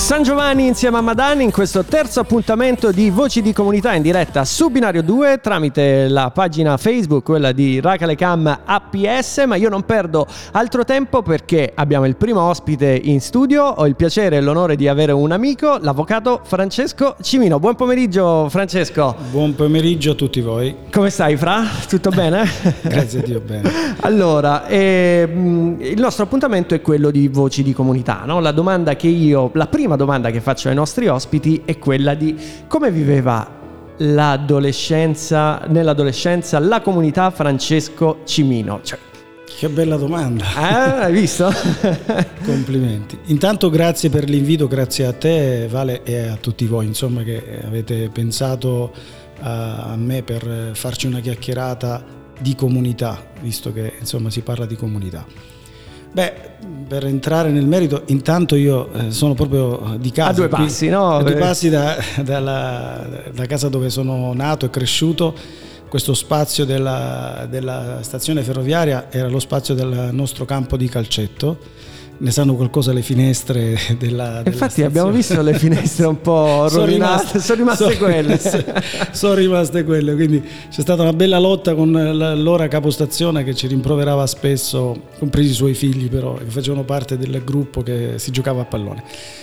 San Giovanni insieme a Madani in questo terzo appuntamento di Voci di Comunità in diretta su Binario 2 tramite la pagina Facebook, quella di Racalecam APS, ma io non perdo altro tempo perché abbiamo il primo ospite in studio. Ho il piacere e l'onore di avere un amico, l'avvocato Francesco Cimino. Buon pomeriggio Francesco. Buon pomeriggio a tutti voi. Come stai Fra? Tutto bene? Grazie a Dio, bene. Allora, il nostro appuntamento è quello di Voci di Comunità, no? La prima domanda che faccio ai nostri ospiti è quella di come viveva nell'adolescenza la comunità Francesco Cimino. Cioè, che bella domanda. Hai visto? Complimenti. Intanto grazie per l'invito, grazie a te Vale e a tutti voi, insomma, che avete pensato a me per farci una chiacchierata di comunità, visto che insomma si parla di comunità. Beh, per entrare nel merito, intanto io sono proprio di casa. A due passi, no? A due passi da casa dove sono nato e cresciuto. Questo spazio della stazione ferroviaria era lo spazio del nostro campo di calcetto. Ne sanno qualcosa le finestre della Infatti stazione. Abbiamo visto le finestre un po' rovinate, sono rimaste quelle. Sono rimaste quelle, quindi c'è stata una bella lotta con l'allora capostazione che ci rimproverava spesso, compresi i suoi figli però, che facevano parte del gruppo che si giocava a pallone.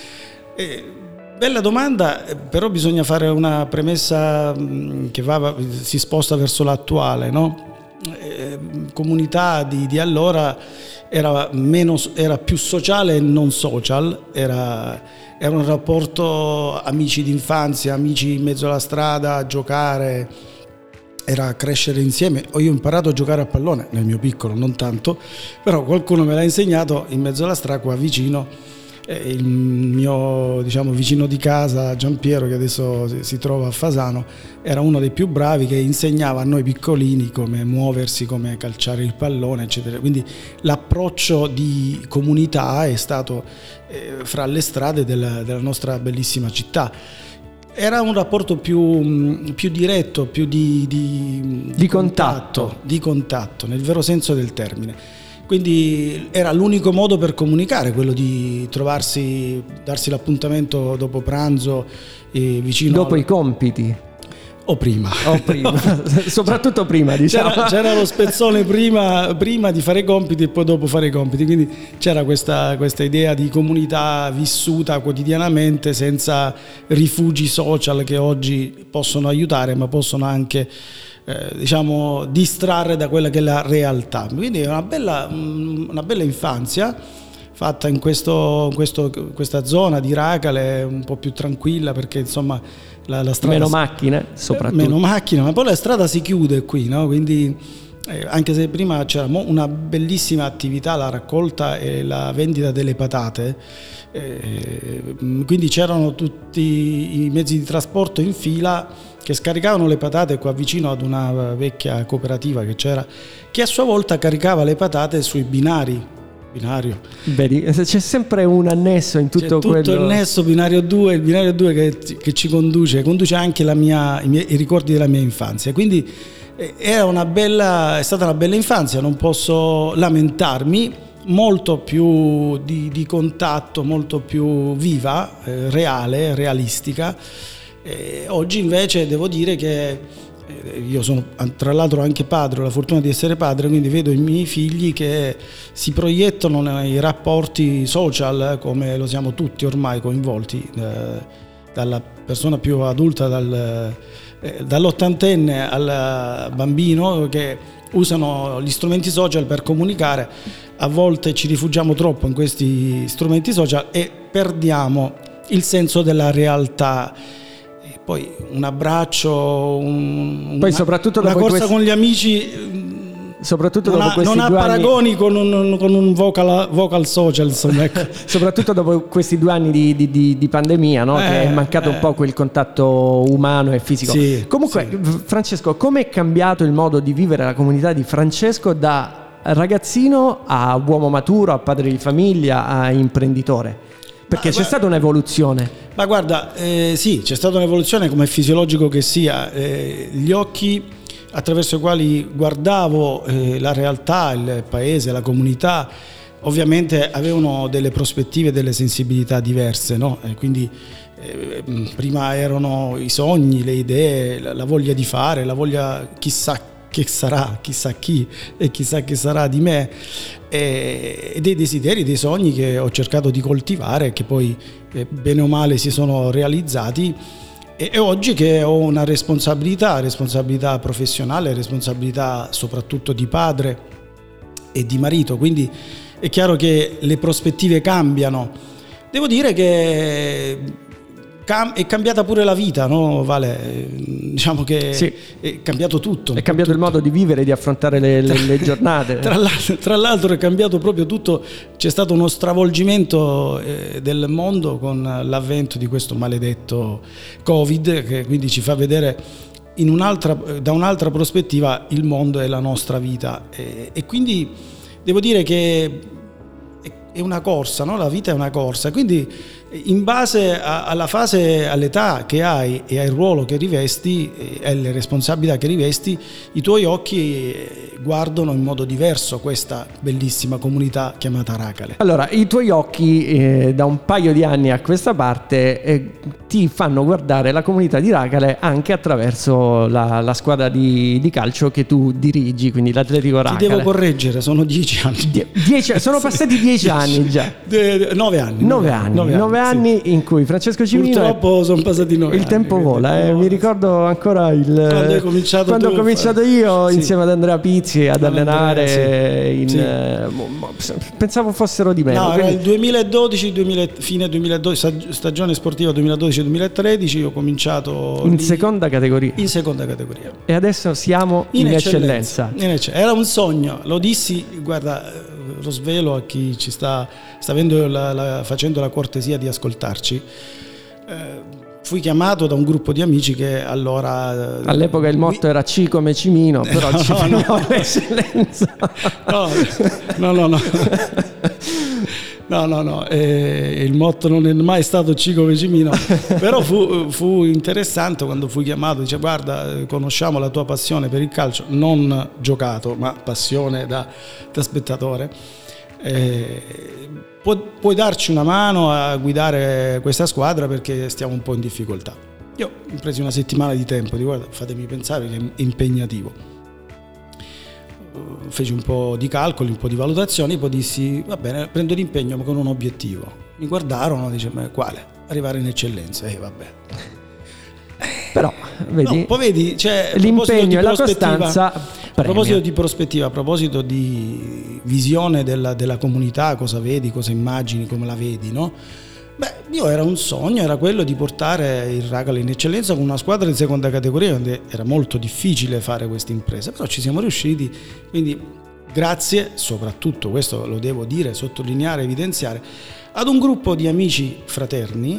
Bella domanda, però bisogna fare una premessa che si sposta verso l'attuale, no? Comunità di allora era più sociale e non social, era un rapporto amici d'infanzia, amici in mezzo alla strada, a giocare, era crescere insieme. Io ho imparato a giocare a pallone nel mio piccolo, non tanto, però qualcuno me l'ha insegnato in mezzo alla strada qua vicino. Il mio vicino di casa Giampiero, che adesso si trova a Fasano, era uno dei più bravi, che insegnava a noi piccolini come muoversi, come calciare il pallone, eccetera. Quindi l'approccio di comunità è stato fra le strade della nostra bellissima città. Era un rapporto più diretto, più di contatto, nel vero senso del termine. Quindi era l'unico modo per comunicare, quello di trovarsi, darsi l'appuntamento dopo pranzo, vicino dopo i compiti. O prima. Soprattutto prima, diciamo. C'era lo spezzone prima di fare i compiti e poi dopo fare i compiti, quindi c'era questa idea di comunità vissuta quotidianamente, senza rifugi social che oggi possono aiutare ma possono anche distrarre da quella che è la realtà. Quindi è una bella infanzia fatta in questa zona di Racale, un po' più tranquilla, perché insomma la strada, meno macchine, soprattutto meno macchine, ma poi la strada si chiude qui, no? Quindi anche se prima c'era una bellissima attività, la raccolta e la vendita delle patate, quindi c'erano tutti i mezzi di trasporto in fila che scaricavano le patate qua vicino ad una vecchia cooperativa che c'era, che a sua volta caricava le patate sui binario. Vedi, c'è sempre un annesso in tutto quello. Tutto il nesso binario 2, il binario 2 che ci conduce anche i ricordi della mia infanzia. Quindi è stata una bella infanzia, non posso lamentarmi, molto più di contatto, molto più viva, realistica. Oggi invece devo dire che io sono tra l'altro anche padre, ho la fortuna di essere padre, quindi vedo i miei figli che si proiettano nei rapporti social, come lo siamo tutti ormai coinvolti, dalla persona più adulta, dall'ottantenne al bambino, che usano gli strumenti social per comunicare. A volte ci rifugiamo troppo in questi strumenti social e perdiamo il senso della realtà. Poi un abbraccio, soprattutto una corsa con gli amici, soprattutto dopo questi non ha 2 paragoni anni, con un vocal social, insomma, ecco. Soprattutto dopo questi 2 anni di pandemia, no? Che è mancato un po' quel contatto umano e fisico. Sì, comunque sì. Francesco, come è cambiato il modo di vivere la comunità di Francesco da ragazzino a uomo maturo, a padre di famiglia, a imprenditore? Perché c'è stata un'evoluzione. Ma guarda, sì, c'è stata un'evoluzione, come è fisiologico che sia. Gli occhi attraverso i quali guardavo la realtà, il paese, la comunità, ovviamente avevano delle prospettive, delle sensibilità diverse, no? E quindi prima erano i sogni, le idee, la voglia di fare, la voglia chissà che sarà, chissà chi e chissà che sarà di me, e dei desideri, dei sogni che ho cercato di coltivare, che poi bene o male si sono realizzati, e oggi che ho una responsabilità professionale, responsabilità soprattutto di padre e di marito, quindi è chiaro che le prospettive cambiano. Devo dire che è cambiata pure la vita, no Vale? Diciamo che sì, è cambiato tutto. È cambiato il modo di vivere, di affrontare le giornate. Tra l'altro è cambiato proprio tutto, c'è stato uno stravolgimento del mondo con l'avvento di questo maledetto Covid, che quindi ci fa vedere da un'altra prospettiva il mondo e la nostra vita. E quindi devo dire che è una corsa, no? La vita è una corsa, quindi in base alla fase, all'età che hai e al ruolo che rivesti e alle responsabilità che rivesti, i tuoi occhi guardano in modo diverso questa bellissima comunità chiamata Racale. Allora, i tuoi occhi da un paio di anni a questa parte ti fanno guardare la comunità di Racale anche attraverso la squadra di calcio che tu dirigi, quindi l'Atletico Racale. Ti devo correggere, sono 10 anni. Sono passati 10 anni già. 9 anni. 9 anni in cui Francesco Cimino... Purtroppo sono passati 9 anni. Il tempo vola, mi ricordo ancora quando ho cominciato io insieme ad Andrea Pizzi ad allenare pensavo fossero di meno. No, era il 2012, fine 2012, stagione sportiva 2012-2013, ho cominciaato in seconda categoria. E adesso siamo in eccellenza. Era un sogno, lo dissi, guarda, lo svelo a chi ci sta avendo facendo la cortesia di ascoltarci. Fui chiamato da un gruppo di amici che all'epoca il motto era C come Cimino, però ci teniamo l'eccellenza. No, il motto non è mai stato C come Cimino, però fu interessante quando fui chiamato, dice guarda, conosciamo la tua passione per il calcio, non giocato ma passione da spettatore, puoi darci una mano a guidare questa squadra perché stiamo un po' in difficoltà. Io ho preso una settimana di tempo, dico guarda, fatemi pensare che è impegnativo. Feci un po' di calcoli, un po' di valutazioni, poi dissi va bene, prendo l'impegno ma con un obiettivo. Mi guardarono, dice ma quale? Arrivare in eccellenza. Vabbè. Però vedi, no, poi vedi, cioè, l'impegno e la costanza. A proposito di prospettiva, a proposito di visione della comunità, cosa vedi, cosa immagini, come la vedi, no? Io era un sogno, era quello di portare il Racale in eccellenza con una squadra in seconda categoria, dove era molto difficile fare questa impresa, però ci siamo riusciti, quindi grazie, soprattutto, questo lo devo dire, sottolineare, evidenziare, ad un gruppo di amici fraterni,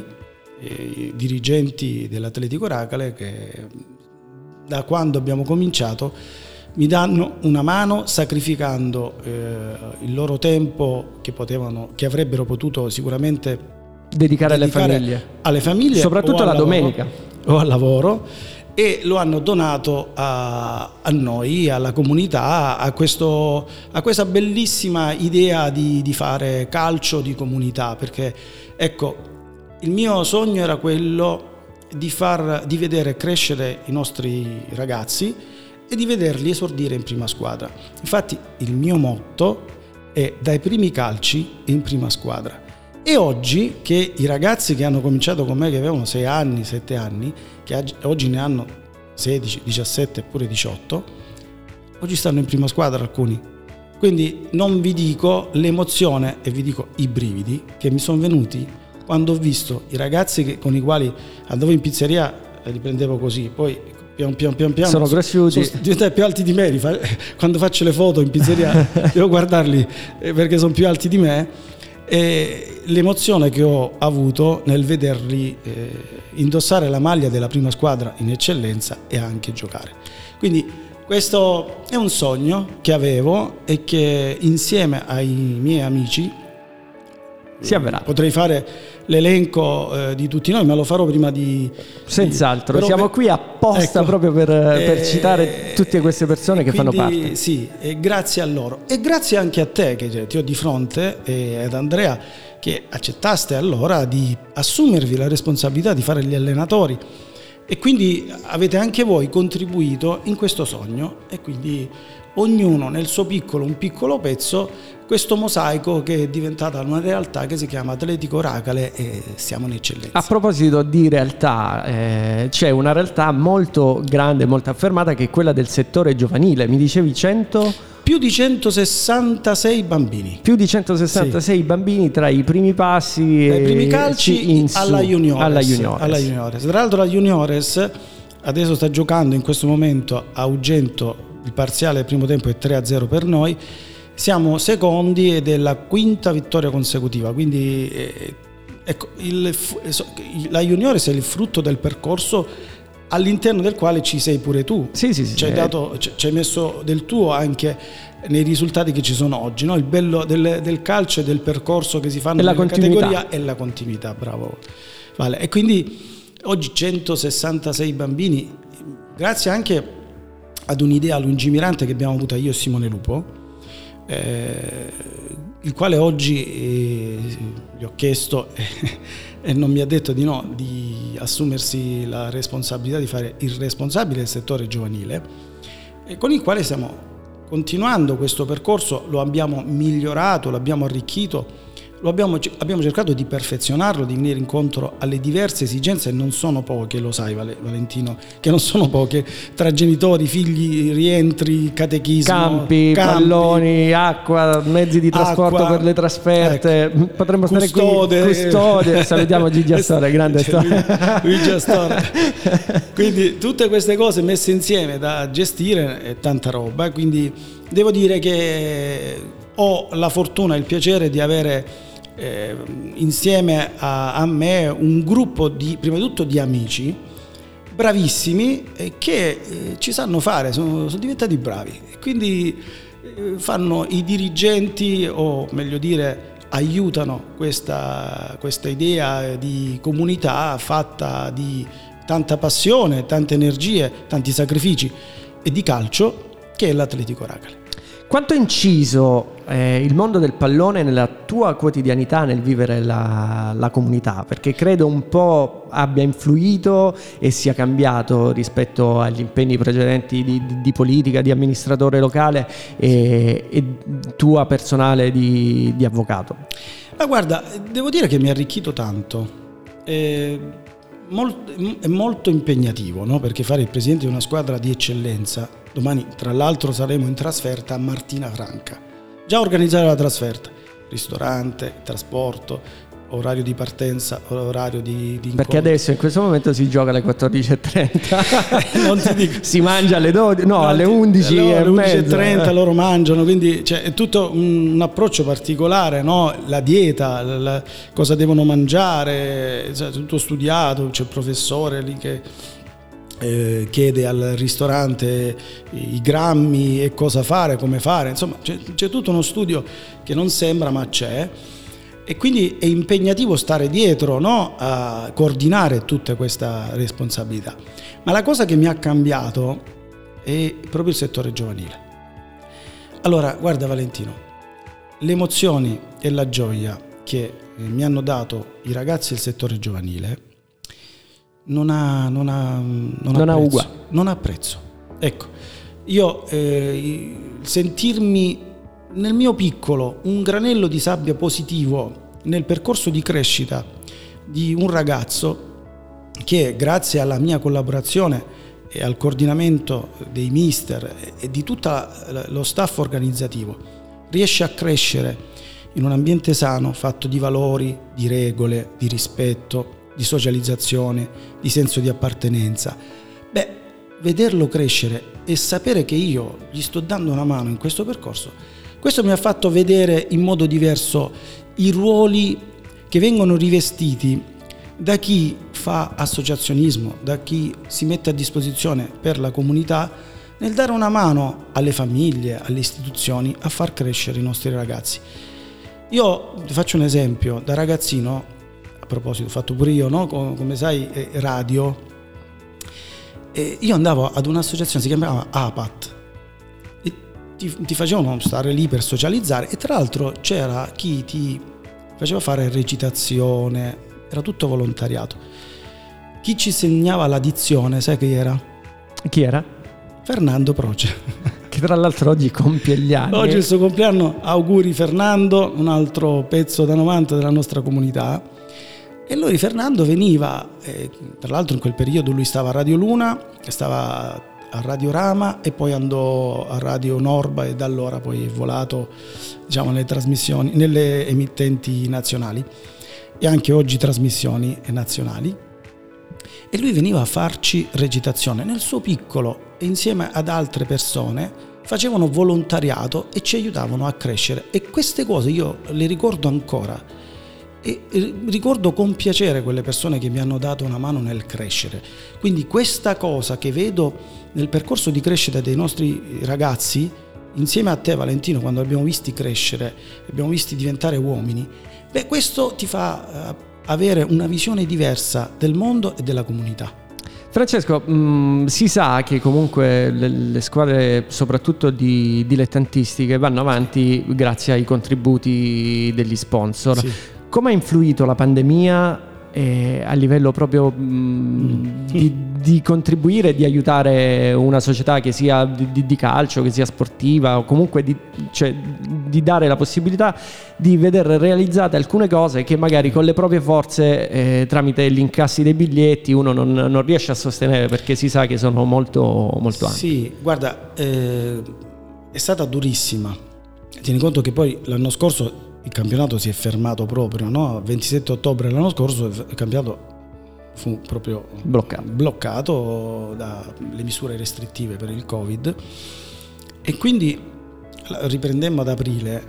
dirigenti dell'Atletico Racale, che da quando abbiamo cominciato mi danno una mano sacrificando il loro tempo che avrebbero potuto sicuramente dedicare alle famiglie, soprattutto la domenica o al lavoro, e lo hanno donato a noi, alla comunità, a questa bellissima idea di fare calcio di comunità, perché ecco, il mio sogno era quello di vedere crescere i nostri ragazzi e di vederli esordire in prima squadra. Infatti il mio motto è dai primi calci in prima squadra. E oggi che i ragazzi che hanno cominciato con me, che avevano 6 anni, 7 anni, che oggi ne hanno 16, 17 eppure 18, oggi stanno in prima squadra alcuni. Quindi non vi dico l'emozione e vi dico i brividi che mi sono venuti quando ho visto i ragazzi con i quali andavo in pizzeria, li prendevo così, poi pian piano sono cresciuti, sono diventati più alti di me. Quando faccio le foto in pizzeria devo guardarli perché sono più alti di me, e l'emozione che ho avuto nel vederli indossare la maglia della prima squadra in eccellenza e anche giocare. Quindi questo è un sogno che avevo e che insieme ai miei amici si avverrà. Potrei fare l'elenco di tutti noi, ma lo farò prima di... Senz'altro, siamo qui apposta, ecco, proprio per citare tutte queste persone che fanno parte. Sì, e grazie a loro. E grazie anche a te, che ti ho di fronte, e ad Andrea, che accettaste allora di assumervi la responsabilità di fare gli allenatori. E quindi avete anche voi contribuito in questo sogno, e quindi ognuno nel suo piccolo, un piccolo pezzo, questo mosaico che è diventata una realtà che si chiama Atletico Racale, e siamo in eccellenza. A proposito di realtà, c'è una realtà molto grande, molto affermata, che è quella del settore giovanile. Mi dicevi 100? Più di 166 bambini. Più di 166 sì. Bambini tra i primi passi, dai primi calci alla Juniores. Tra l'altro la Juniores adesso sta giocando in questo momento a Ugento, il parziale del primo tempo è 3-0 per noi. Siamo secondi ed è la quinta vittoria consecutiva, quindi ecco, la Juniores è il frutto del percorso all'interno del quale ci sei pure tu. Sì. Ci hai messo del tuo anche nei risultati che ci sono oggi, no? Il bello del calcio e del percorso che si fanno nella categoria è la continuità, bravo. Vale. E quindi oggi 166 bambini, grazie anche ad un'idea lungimirante che abbiamo avuta io e Simone Lupo, il quale oggi gli ho chiesto e non mi ha detto di no, di assumersi la responsabilità di fare il responsabile del settore giovanile, e con il quale stiamo continuando questo percorso. Lo abbiamo migliorato, l'abbiamo arricchito, abbiamo cercato di perfezionarlo, di venire incontro alle diverse esigenze, e non sono poche, lo sai Valentino, che non sono poche, tra genitori, figli, rientri, catechismo, campi, palloni, acqua, mezzi di trasporto per le trasferte, ecco. Potremmo stare custode, salutiamo Gigi Astore, grande Luigi Astore. Quindi tutte queste cose messe insieme da gestire è tanta roba, quindi devo dire che ho la fortuna e il piacere di avere insieme a me un gruppo prima di tutto di amici bravissimi, che ci sanno fare, sono diventati bravi, e quindi fanno i dirigenti, o meglio dire aiutano questa idea di comunità fatta di tanta passione, tante energie, tanti sacrifici e di calcio, che è l'Atletico Racale. Quanto è inciso il mondo del pallone nella tua quotidianità, nel vivere la comunità? Perché credo un po' abbia influito e sia cambiato rispetto agli impegni precedenti di politica, di amministratore locale e tua personale di avvocato. Ma guarda, devo dire che mi ha arricchito tanto. È molto impegnativo, no? Perché fare il presidente di una squadra di eccellenza, domani tra l'altro saremo in trasferta a Martina Franca, già organizzare la trasferta, ristorante, trasporto, orario di partenza, orario di incontro. Perché adesso in questo momento si gioca alle 14:30 non ti dico. Si mangia alle 12, alle 11:30 loro mangiano, quindi è tutto un approccio particolare, no? La dieta, cosa devono mangiare, tutto studiato, c'è il professore lì che chiede al ristorante i grammi e cosa fare, come fare, insomma c'è tutto uno studio che non sembra ma c'è. E quindi è impegnativo stare dietro, no? A coordinare tutta questa responsabilità. Ma la cosa che mi ha cambiato è proprio il settore giovanile. Allora, guarda Valentino, le emozioni e la gioia che mi hanno dato i ragazzi del settore giovanile non ha prezzo. Ecco, io sentirmi nel mio piccolo un granello di sabbia positivo nel percorso di crescita di un ragazzo che, grazie alla mia collaborazione e al coordinamento dei mister e di tutto lo staff organizzativo, riesce a crescere in un ambiente sano, fatto di valori, di regole, di rispetto, di socializzazione, di senso di appartenenza. Vederlo crescere e sapere che io gli sto dando una mano in questo percorso, questo mi ha fatto vedere in modo diverso i ruoli che vengono rivestiti da chi fa associazionismo, da chi si mette a disposizione per la comunità nel dare una mano alle famiglie, alle istituzioni a far crescere i nostri ragazzi. Io ti faccio un esempio, da ragazzino, a proposito, ho fatto pure io, no? Come sai, radio, io andavo ad un'associazione, si chiamava APAT, e ti facevano stare lì per socializzare, e tra l'altro c'era chi ti faceva fare recitazione, era tutto volontariato. Chi ci segnava la dizione, sai chi era? Chi era? Fernando Proce. Che tra l'altro oggi compie gli anni. Oggi è il suo compleanno, auguri Fernando, un altro pezzo da 90 della nostra comunità. E lui, Fernando, veniva, tra l'altro in quel periodo lui stava a Radio Luna, stava a Radio Rama e poi andò a Radio Norba, e da allora poi è volato, diciamo, nelle trasmissioni, nelle emittenti nazionali, e anche oggi trasmissioni nazionali. E lui veniva a farci recitazione nel suo piccolo, e insieme ad altre persone facevano volontariato e ci aiutavano a crescere, e queste cose io le ricordo ancora. E ricordo con piacere quelle persone che mi hanno dato una mano nel crescere. Quindi questa cosa che vedo nel percorso di crescita dei nostri ragazzi, insieme a te Valentino, quando abbiamo visti crescere, abbiamo visti diventare uomini, questo ti fa avere una visione diversa del mondo e della comunità. Francesco, si sa che comunque le squadre, soprattutto dilettantistiche, vanno avanti grazie ai contributi degli sponsor. Sì. Come ha influito la pandemia a livello proprio di contribuire, di aiutare una società che sia di calcio, che sia sportiva, o comunque di dare la possibilità di vedere realizzate alcune cose che magari con le proprie forze, tramite gli incassi dei biglietti, uno non riesce a sostenere, perché si sa che sono molto, molto ampi. Sì, guarda, è stata durissima. Tieni conto che poi l'anno scorso il campionato si è fermato proprio, no? 27 ottobre l'anno scorso il campionato fu proprio bloccato dalle misure restrittive per il Covid, e quindi riprendemmo ad aprile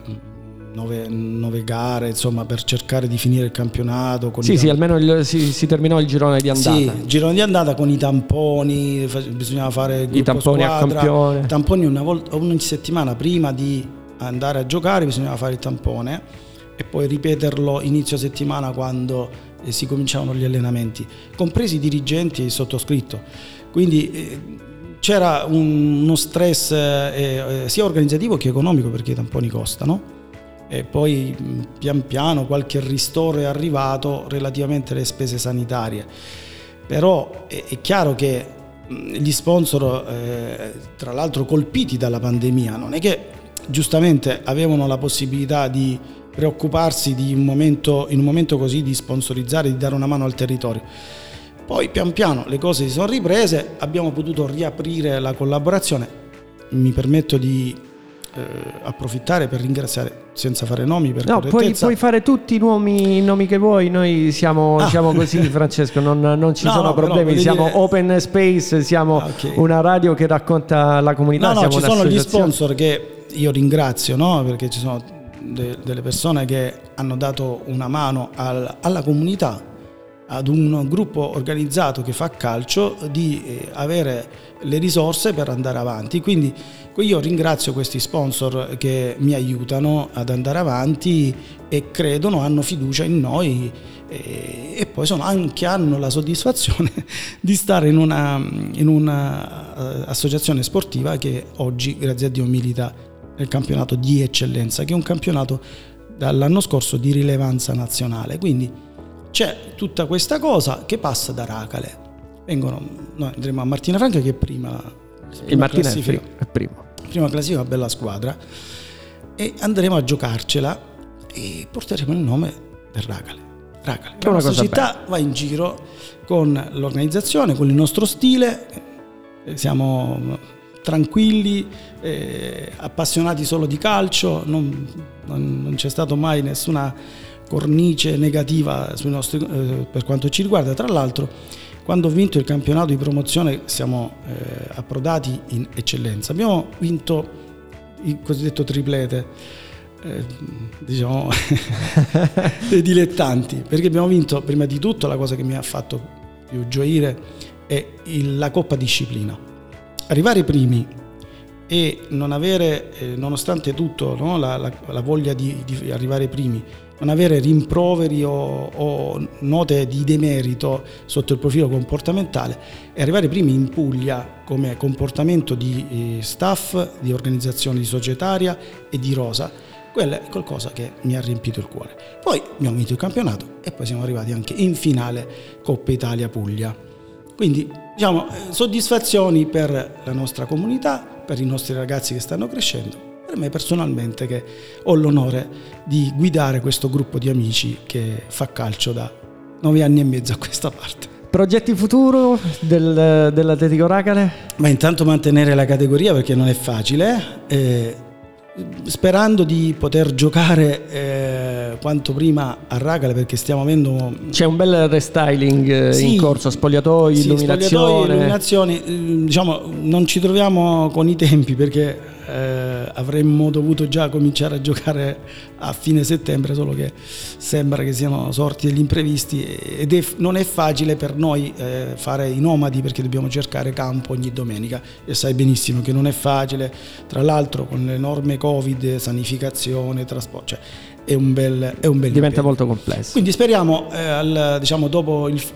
9 gare, insomma, per cercare di finire il campionato con almeno si terminò il girone di andata. Sì, il girone di andata con i tamponi, bisognava fare il i tamponi squadra, a campione. Tamponi ogni settimana prima di andare a giocare, bisognava fare il tampone e poi ripeterlo inizio settimana quando si cominciavano gli allenamenti, compresi i dirigenti e il sottoscritto. Quindi c'era uno stress sia organizzativo che economico, perché i tamponi costano, e poi pian piano qualche ristoro è arrivato relativamente alle spese sanitarie. Però è chiaro che gli sponsor, tra l'altro colpiti dalla pandemia, non è che giustamente avevano la possibilità di preoccuparsi in un momento così di sponsorizzare, di dare una mano al territorio. Poi pian piano le cose si sono riprese, abbiamo potuto riaprire la collaborazione. Mi permetto di approfittare per ringraziare, senza fare nomi per correttezza. Puoi fare tutti i nomi che vuoi, noi siamo così, Francesco, non ci sono problemi, siamo dire... open space, siamo una radio che racconta la comunità. Ci sono gli sponsor che io ringrazio, no? Perché ci sono delle persone che hanno dato una mano alla comunità, ad un gruppo organizzato che fa calcio, di avere le risorse per andare avanti. Quindi io ringrazio questi sponsor che mi aiutano ad andare avanti e credono, hanno fiducia in noi, e poi hanno la soddisfazione di stare in una associazione sportiva che oggi, grazie a Dio, milita nel campionato di eccellenza, che è un campionato dall'anno scorso di rilevanza nazionale. Quindi c'è tutta questa cosa che passa da Racale. Noi andremo a Martina Franca, che è prima. Il Martina è primo. Prima classifica, bella squadra, e andremo a giocarcela e porteremo il nome per Racale. La nostra città va in giro con l'organizzazione, con il nostro stile. Siamo tranquilli, appassionati solo di calcio, non c'è stato mai nessuna cornice negativa sui nostri, per quanto ci riguarda. Tra l'altro, quando ho vinto il campionato di promozione siamo approdati in eccellenza. Abbiamo vinto il cosiddetto triplete, diciamo dei dilettanti, perché abbiamo vinto, prima di tutto, la cosa che mi ha fatto più gioire è la Coppa Disciplina. Arrivare primi e non avere, nonostante tutto, no, la voglia di arrivare primi, non avere rimproveri o note di demerito sotto il profilo comportamentale e arrivare primi in Puglia come comportamento di staff, di organizzazione societaria e di rosa, quello è qualcosa che mi ha riempito il cuore. Poi abbiamo vinto il campionato e poi siamo arrivati anche in finale Coppa Italia Puglia. Quindi diciamo soddisfazioni per la nostra comunità, per i nostri ragazzi che stanno crescendo, per me personalmente che ho l'onore di guidare questo gruppo di amici che fa calcio da 9 anni e mezzo a questa parte. Progetti futuro dell'Atletico Racale? Ma intanto mantenere la categoria perché non è facile, sperando di poter giocare quanto prima a Racale, perché stiamo avendo... C'è un bel restyling sì, in corso, spogliatoi, illuminazioni, diciamo non ci troviamo con i tempi perché avremmo dovuto già cominciare a giocare a fine settembre, solo che sembra che siano sorti degli imprevisti ed non è facile per noi fare i nomadi, perché dobbiamo cercare campo ogni domenica e sai benissimo che non è facile, tra l'altro con le norme Covid, sanificazione, trasporto, cioè è un bel diventa impegno. Molto complesso. Quindi speriamo diciamo dopo il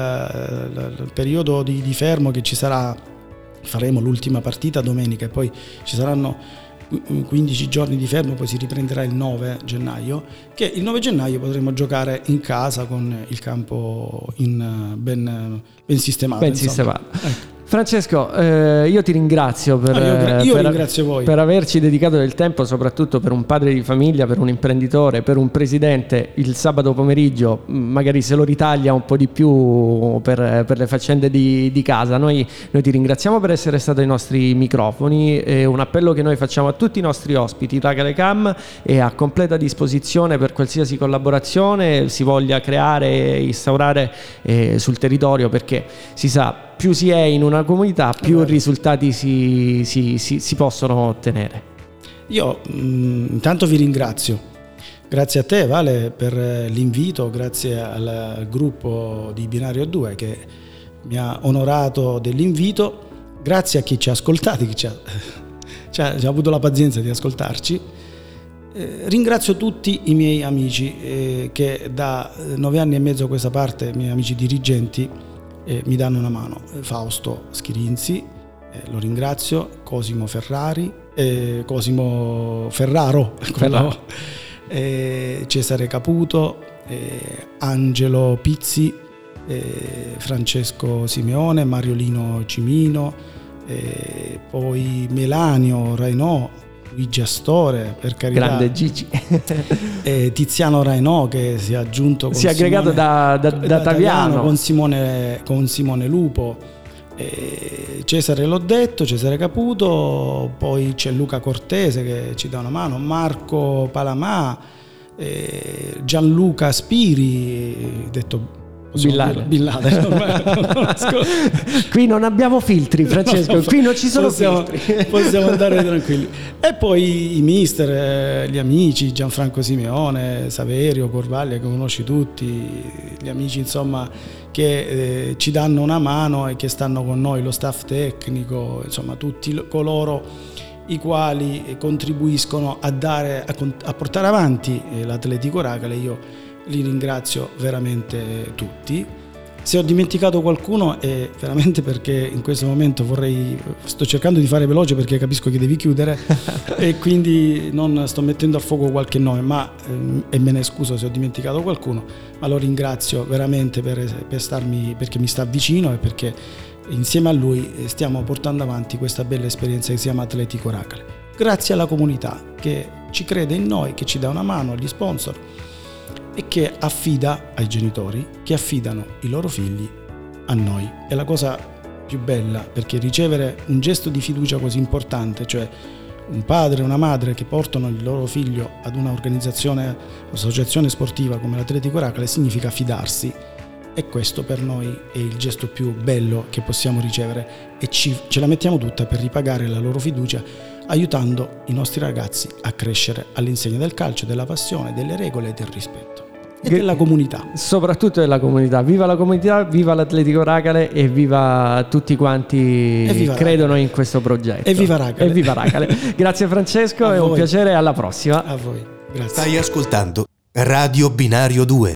periodo di fermo che ci sarà, faremo l'ultima partita domenica e poi ci saranno 15 giorni di fermo, poi si riprenderà il 9 gennaio, che il 9 gennaio potremo giocare in casa con il campo ben sistemato. Ecco. Francesco, io ti ringrazio ringrazio voi per averci dedicato del tempo, soprattutto per un padre di famiglia, per un imprenditore, per un presidente. Il sabato pomeriggio magari se lo ritaglia un po' di più per le faccende di casa. Noi ti ringraziamo per essere stato ai nostri microfoni, e un appello che noi facciamo a tutti i nostri ospiti. Racale Cam è a completa disposizione per qualsiasi collaborazione si voglia creare e instaurare sul territorio, perché si sa, più si è in una comunità, più risultati si possono ottenere. Io intanto vi ringrazio. Grazie a te, Vale, per l'invito, grazie al gruppo di Binario 2 che mi ha onorato dell'invito, grazie a chi ci ha ascoltati, chi ci ha avuto la pazienza di ascoltarci. Ringrazio tutti i miei amici che da 9 anni e mezzo a questa parte, miei amici dirigenti, mi danno una mano. Fausto Schirinzi, lo ringrazio, Cosimo Ferraro. Cesare Caputo, Angelo Pizzi, Francesco Simeone, Mariolino Cimino, poi Melanio Rainò, Luigi Astore, per carità, grande Gigi, Tiziano Rainò che si è aggiunto, si è aggregato da Taviano con Simone Lupo, Cesare l'ho detto, Cesare Caputo, poi c'è Luca Cortese che ci dà una mano, Marco Palamà, Gianluca Spiri, detto qui non abbiamo filtri, Francesco, qui non ci sono filtri, possiamo andare tranquilli. E poi i mister, gli amici, Gianfranco Simeone, Saverio, Corvaglia, che conosci tutti, gli amici insomma che ci danno una mano e che stanno con noi, lo staff tecnico, insomma tutti coloro i quali contribuiscono a portare avanti l'Atletico Racale. Io li ringrazio veramente tutti. Se ho dimenticato qualcuno è veramente perché in questo momento sto cercando di fare veloce perché capisco che devi chiudere e quindi non sto mettendo a fuoco qualche nome, e me ne scuso se ho dimenticato qualcuno, ma lo ringrazio veramente perché mi sta vicino e perché insieme a lui stiamo portando avanti questa bella esperienza che si chiama Atletico Racale. Grazie alla comunità che ci crede in noi, che ci dà una mano, agli sponsor, e che affida ai genitori, che affidano i loro figli a noi. È la cosa più bella, perché ricevere un gesto di fiducia così importante, cioè un padre e una madre che portano il loro figlio ad un'associazione sportiva come l'Atletico Racale, significa fidarsi, e questo per noi è il gesto più bello che possiamo ricevere, e ce la mettiamo tutta per ripagare la loro fiducia, aiutando i nostri ragazzi a crescere all'insegna del calcio, della passione, delle regole e del rispetto. E della comunità. Soprattutto della comunità. Viva la comunità, viva l'Atletico Racale e viva tutti quanti credono Racale in questo progetto. E viva Racale. E viva Racale. Grazie Francesco, è un piacere, alla prossima. A voi, grazie. Stai ascoltando Radio Binario 2.